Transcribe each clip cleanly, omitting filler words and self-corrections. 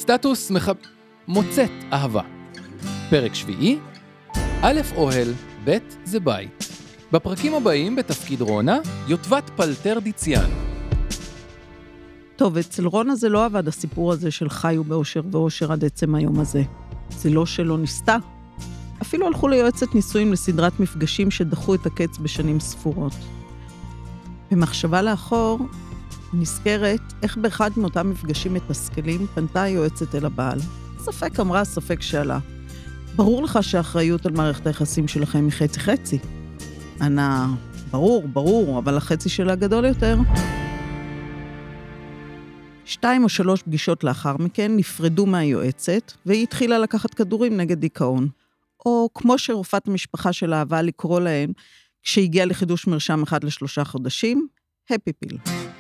סטטוס מוצאת אהבה. פרק שביעי, א' אוהל, ב' זה בית. בפרקים הבאים בתפקיד רונה, יוטבת פלטר דיציאן. טוב, אצל רונה זה לא עבד הסיפור הזה של חיו באושר ואושר עד עצם היום הזה. זה לא שלא ניסתה. אפילו הלכו ליועצת נישואים לסדרת מפגשים שדחו את הקץ בשנים ספורות. במחשבה לאחור, נזכרת איך באחד מאותם מפגשים מתסכלים פנתה היועצת אל הבעל. ספק אמרה, ספק שאלה. ברור לך שהאחריות על מערכת היחסים שלכם היא חצי-חצי. ענה, ברור, אבל החצי שלה גדול יותר. 2 או 3 פגישות לאחר מכן נפרדו מהיועצת, והיא התחילה לקחת כדורים נגד דיכאון. או כמו שרופאת המשפחה של אהבה לקרוא להן, כשהגיעה לחידוש מרשם 1 ל3 חודשים, הפי פיל.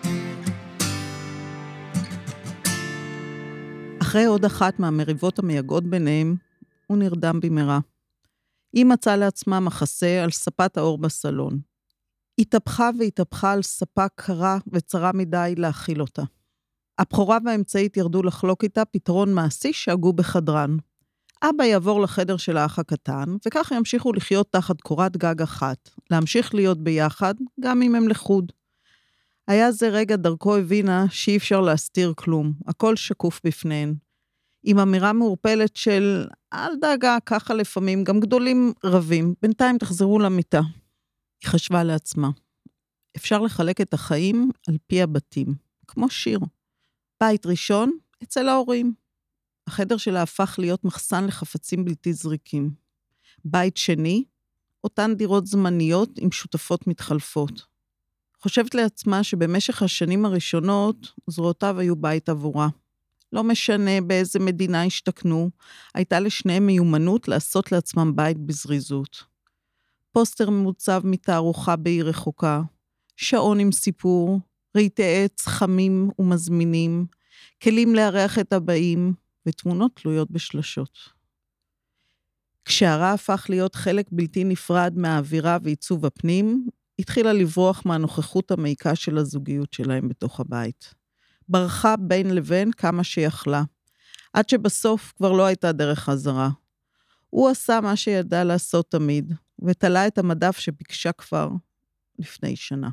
אחרי עוד אחת מהמריבות המייגעות ביניהם, הוא נרדם במהרה. היא מצאה לעצמה מחסה על ספת האור בסלון. התהפכה על ספה קרה וצרה מדי להכיל אותה. הבכורה והאמצעית ירדו לחלוק איתה פתרון מעשי שהגו בחדרן. אבא יעבור לחדר של האח הקטן, וכך ימשיכו לחיות תחת קורת גג אחת, להמשיך להיות ביחד, גם אם הם לחוד. היה זה רגע דרכו הבינה שאי אפשר להסתיר כלום, הכל שקוף בפניהן. עם אמירה מעורפלת של, אל דאגה, ככה לפעמים, גם גדולים רבים, בינתיים תחזרו למיטה. היא חשבה לעצמה. אפשר לחלק את החיים על פי הבתים, כמו שיר. בית ראשון, אצל ההורים. החדר שלה הפך להיות מחסן לחפצים בלתי זריקים. בית שני, אותן דירות זמניות עם שותפות מתחלפות. חושבת לעצמה שבמשך השנים הראשונות, זרועותיו היו בית עבורה. לא משנה באיזה מדינה השתכנו, הייתה לשניהם מיומנות לעשות לעצמם בית בזריזות. פוסטר מוצב מתערוכה בעיר רחוקה, שעון עם סיפור, רהיטי עץ חמים ומזמינים, כלים לארח את הבאים, ותמונות תלויות בשלשות. כשהרע הפך להיות חלק בלתי נפרד מהאווירה ועיצוב הפנים, התחילה לברוח מהנוכחות המעיקה של הזוגיות שלהם בתוך הבית. ברחה בין לבין כמה שיכלה, עד שבסוף כבר לא הייתה דרך חזרה. הוא עשה מה שידע לעשות תמיד, ותלה את המדף שביקשה כבר לפני שנה.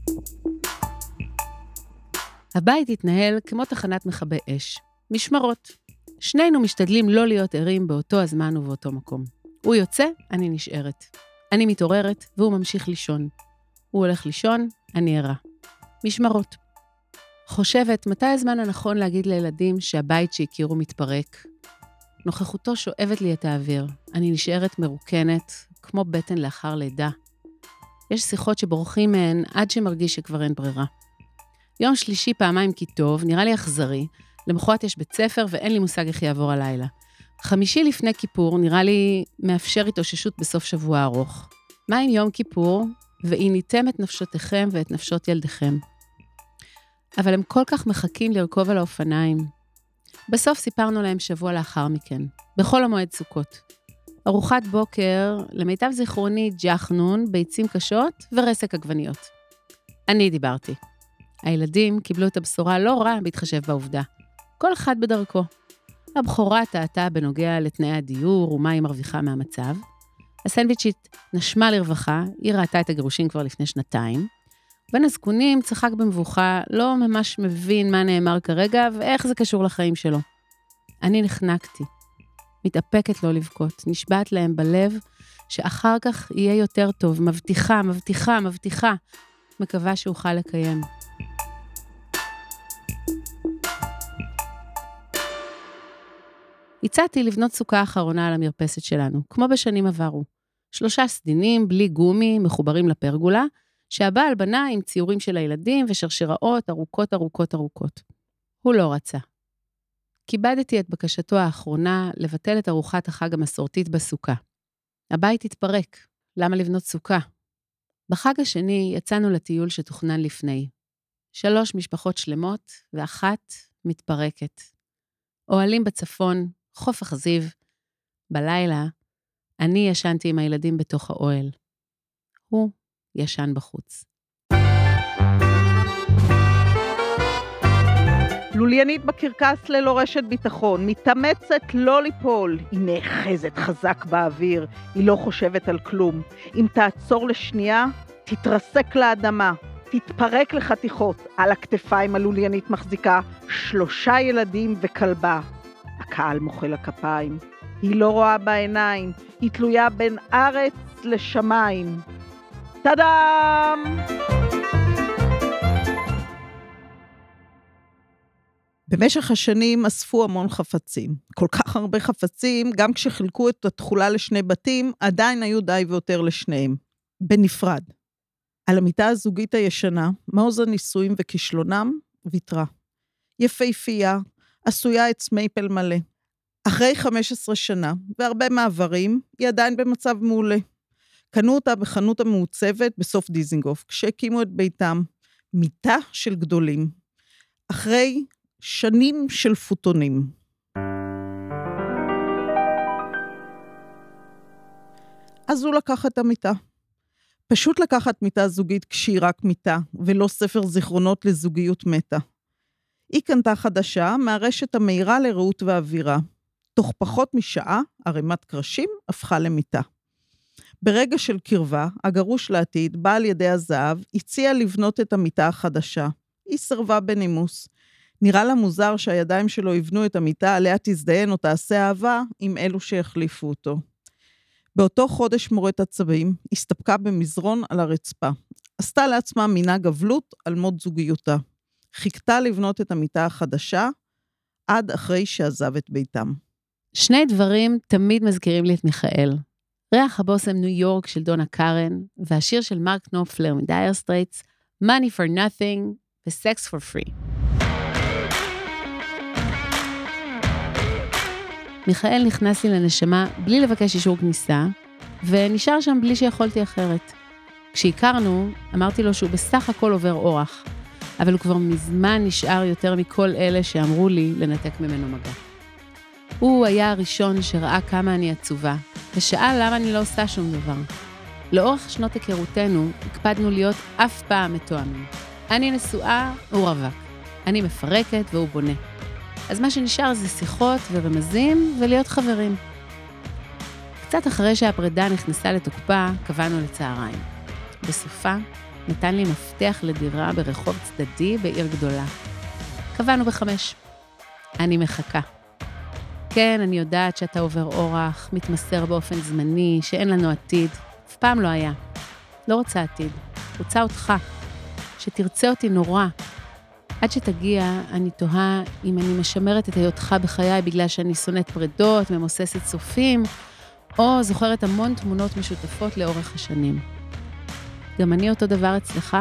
הבית התנהל כמו תחנת מכבי אש, משמרות. שנינו משתדלים לא להיות ערים באותו הזמן ובאותו מקום. הוא יוצא, אני נשארת. אני מתעוררת, והוא ממשיך לישון. הוא הולך לישון, אני ערה. משמרות. חושבת, מתי הזמן הנכון להגיד לילדים שהבית שהכירו מתפרק? נוכחותו שואבת לי את האוויר. אני נשארת מרוקנת, כמו בטן לאחר לידה. יש שיחות שבורחים מהן עד שמרגיש שכבר אין ברירה. יום שלישי פעמיים כי טוב, נראה לי אכזרי, למחרת יש בית ספר ואין לי מושג איך יעבור הלילה. חמישי לפני כיפור נראה לי מאפשר התאוששות בסוף שבוע ארוך. מה עם יום כיפור? ועיניתם את נפשותיכם ואת נפשות ילדיכם. אבל הם כל כך מחכים לרכוב על האופניים. בסוף סיפרנו להם שבוע לאחר מכן, בכל המועד סוכות. ארוחת בוקר, למיטב זיכרוני, ג'חנון, ביצים קשות ורסק עגבניות. אני דיברתי. הילדים קיבלו את הבשורה לא רע בהתחשב בעובדה. כל אחד בדרכו. הבכורה טעתה בנוגע לתנאי הדיור ומה היא מרוויחה מהמצב. הסנדוויצ'ית נשמה לרווחה, היא ראתה את הגירושים כבר לפני 2 בן הזקונים צחק במבוכה, לא ממש מבין מה נאמר כרגע ואיך זה קשור לחיים שלו. אני נחנקתי. מתאפקת לא לבכות, נשבעת להם בלב שאחר כך יהיה יותר טוב, מבטיחה. מקווה שאוכל לקיים. הצעתי לבנות סוכה אחרונה על המרפסת שלנו, כמו בשנים עברו. 3 סדינים בלי גומי מחוברים לפרגולה, שהבעל בנה עם ציורים של הילדים ושרשראות ארוכות. הוא לא רצה. כיבדתי את בקשתו האחרונה לבטל את ארוחת החג המסורתית בסוכה. הבית התפרק, למה לבנות סוכה? בחג השני יצאנו לטיול שתוכנן לפני. 3 משפחות שלמות ואחת מתפרקת. אוהלים בצפון, חוף אכזיב. בלילה, אני ישנתי עם הילדים בתוך האוהל. הוא ישן בחוץ. לוליינית בקרקס ללא רשת ביטחון, מתאמצת לא ליפול, היא נאחזת חזק באוויר, היא לא חושבת על כלום. אם תעצור לשנייה, תתרסק לאדמה, תתפרק לחתיכות. על הכתפיים הלוליינית מחזיקה 3 ילדים וכלבה. הקהל מוחא כפיים. היא לא רואה בעיניים, היא תלויה בין ארץ לשמיים. טאדאם! במשך השנים אספו המון חפצים. כל כך הרבה חפצים, גם כשחילקו את התכולה לשני בתים, עדיין היו די ויותר לשניהם. בנפרד. על המיטה הזוגית הישנה, מעוז הנישואים וכישלונם, ויתרה. יפהפייה, עשויה עץ מייפל מלא. אחרי 15 שנה, והרבה מעברים, היא עדיין במצב מעולה. קנו אותה בחנות המעוצבת בסוף דיזינגוף, כשהקימו את ביתם. מיטה של גדולים. אחרי שנים של פוטונים. אז הוא לקח את המיטה. פשוט לקחת מיטה זוגית כשהיא רק מיטה, ולא ספר זיכרונות לזוגיות מתה. היא קנתה חדשה מהרשת המהירה לראות ואווירה. תוך פחות משעה, ערימת קרשים הפכה למיטה. ברגע של קרבה, הגרוש לעתיד, בעל ידי הזהב, הציע לבנות את המיטה החדשה. היא סרבה בנימוס. נראה לה מוזר שהידיים שלו יבנו את המיטה, עליה תזדיין או תעשה אהבה עם אלו שיחליפו אותו. באותו חודש מורת עצבים, הסתפקה במזרון על הרצפה. עשתה לעצמה מינה גבלות על מות זוגיותה. חיכתה לבנות את המיטה החדשה, עד אחרי שעזב את ביתם. 2 דברים תמיד מזכירים לי את מיכאל. ריח הבושם ניו יורק של דונה קארן, והשיר של מרק נופלר מדייר סטרייטס, Money for Nothing ו-Sex for Free. מיכאל נכנס לי לנשמה בלי לבקש אישור כניסה, ונשאר שם בלי שיכולתי אחרת. כשהכרנו, אמרתי לו שהוא בסך הכל עובר אורח, אבל הוא כבר מזמן נשאר יותר מכל אלה שאמרו לי לנתק ממנו מגע. הוא היה הראשון שראה כמה אני עצובה, ושאל למה אני לא עושה שום דבר. לאורך שנות היכרותנו, הקפדנו להיות אף פעם מתואמים. אני נשואה, הוא רווק. אני מפרקת והוא בונה. אז מה שנשאר זה שיחות ורמזים ולהיות חברים. קצת אחרי שהפרידה נכנסה לתוקפה, קבענו לצהריים. בסופה, נתן לי מפתח לדירה ברחוב צדדי בעיר גדולה. קבענו ב5. אני מחכה. כן, אני יודעת שאתה עובר אורח, מתמסר באופן זמני, שאין לנו עתיד. אף פעם לא היה. לא רוצה עתיד. רוצה אותך. שתרצה אותי נורא. עד שתגיע, אני תוהה אם אני משמרת את היותך בחיי בגלל שאני שונאת פרידות, ממוססת סופים, או זוכרת המון תמונות משותפות לאורך השנים. גם אני אותו דבר אצלך?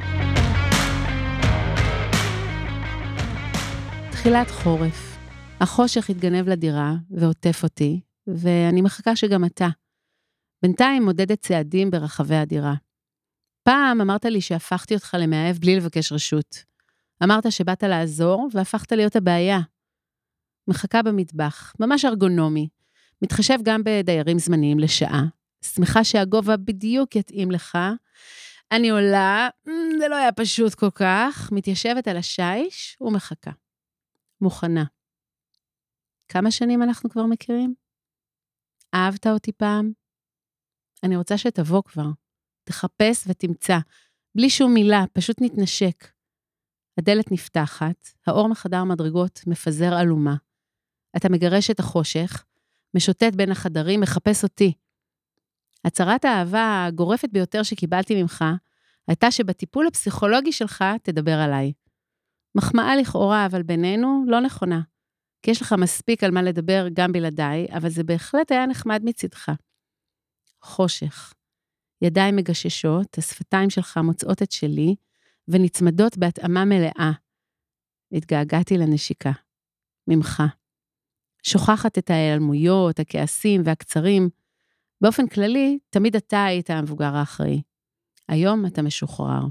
תחילת חורף. החושך התגנב לדירה ועוטף אותי, ואני מחכה שגם אתה. בינתיים מודדת צעדים ברחבי הדירה. פעם אמרת לי שהפכתי אותך למאהב בלי לבקש רשות. אמרת שבאת לעזור והפכת להיות הבעיה. מחכה במטבח, ממש ארגונומי. מתחשב גם בדיירים זמניים לשעה. שמחה שהגובה בדיוק יתאים לך. אני עולה, זה לא היה פשוט כל כך. מתיישבת על השיש ומחכה. מוכנה. כמה שנים אנחנו כבר מכירים? אהבת אותי פעם? אני רוצה שתבוא כבר. תחפש ותמצא. בלי שום מילה, פשוט נתנשק. הדלת נפתחת, האור מחדר מדרגות מפזר אלומה. אתה מגרש את החושך, משוטט בין החדרים, מחפש אותי. הצהרת האהבה הגורפת ביותר שקיבלתי ממך, הייתה שבטיפול הפסיכולוגי שלך תדבר עליי. מחמאה לכאורה, אבל בינינו לא נכונה. כי יש לך מספיק על מה לדבר גם בלעדיי, אבל זה בהחלט היה נחמד מצדך. חושך. ידיים מגששות, השפתיים שלך מוצאות את שלי, ונצמדות בהתאמה מלאה. התגעגעתי לנשיקה. ממך. שוכחת את ההיעלמויות, הכעסים והקצרים. באופן כללי, תמיד אתה היית המבוגר האחראי. היום אתה משוחרר.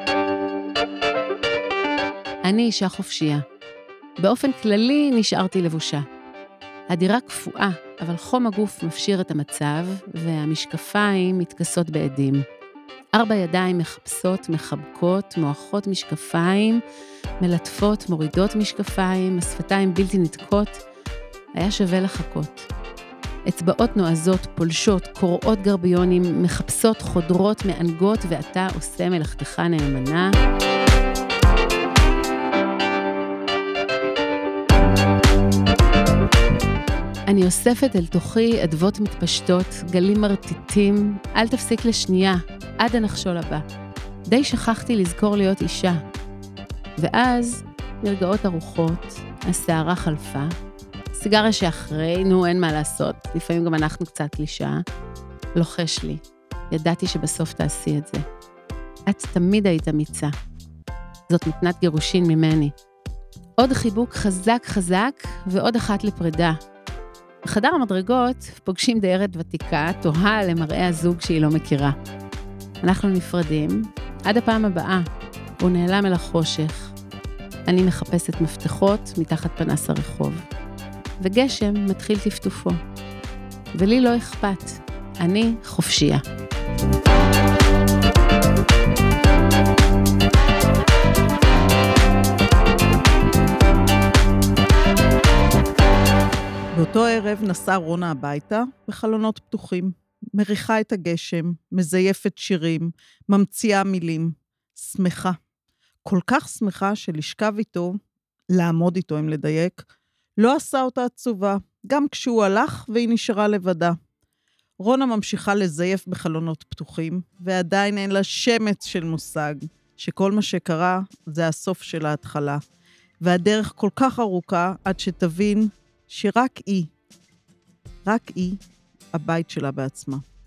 אני אישה חופשייה. באופן כללי נשארתי לבושה. הדירה קפואה, אבל חום הגוף מפשיר את המצב, והמשקפיים מתכסות בעדים. 4 ידיים מחפשות, מחבקות, מועכות משקפיים, מלטפות, מורידות משקפיים, השפתיים בלתי נתקות. היה שווה לחכות. אצבעות נועזות, פולשות, קוראות גרביונים, מחפשות, חודרות, מענגות, ואתה עושה מלאכתך נאמנה. אני אוספת אל תוכי אדוות מתפשטות, גלים מרטיטים, אל תפסיק לשנייה, עד הנחשול הבא. די שכחתי לזכור להיות אישה. ואז נרגעות הרוחות, השערה חלפה, סיגריה שאחרי, אין מה לעשות, לפעמים גם אנחנו קצת קלישה, לוחש לי, ידעתי שבסוף תעשי את זה. את תמיד היית אמיצה. זאת מתנת גירושין ממני. עוד חיבוק חזק חזק, ועוד אחת לפרידה. בחדר המדרגות פוגשים דיירת ותיקה, תוהה למראה הזוג שהיא לא מכירה. אנחנו נפרדים, עד הפעם הבאה, הוא נעלם אל החושך. אני מחפשת מפתחות מתחת פנס הרחוב. וגשם מתחיל טפטופו. ולי לא אכפת, אני חופשייה. באותו ערב נסעה רונה הביתה בחלונות פתוחים, מריחה את הגשם, מזייפת שירים, ממציאה מילים, שמחה. כל כך שמחה שלשכב איתו, לעמוד איתו אם לדייק, לא עשה אותה עצובה, גם כשהוא הלך והיא נשארה לבדה. רונה ממשיכה לזייף בחלונות פתוחים, ועדיין אין לה שמץ של מושג, שכל מה שקרה זה הסוף של ההתחלה, והדרך כל כך ארוכה עד שתבין שרק היא, הבית שלה בעצמה.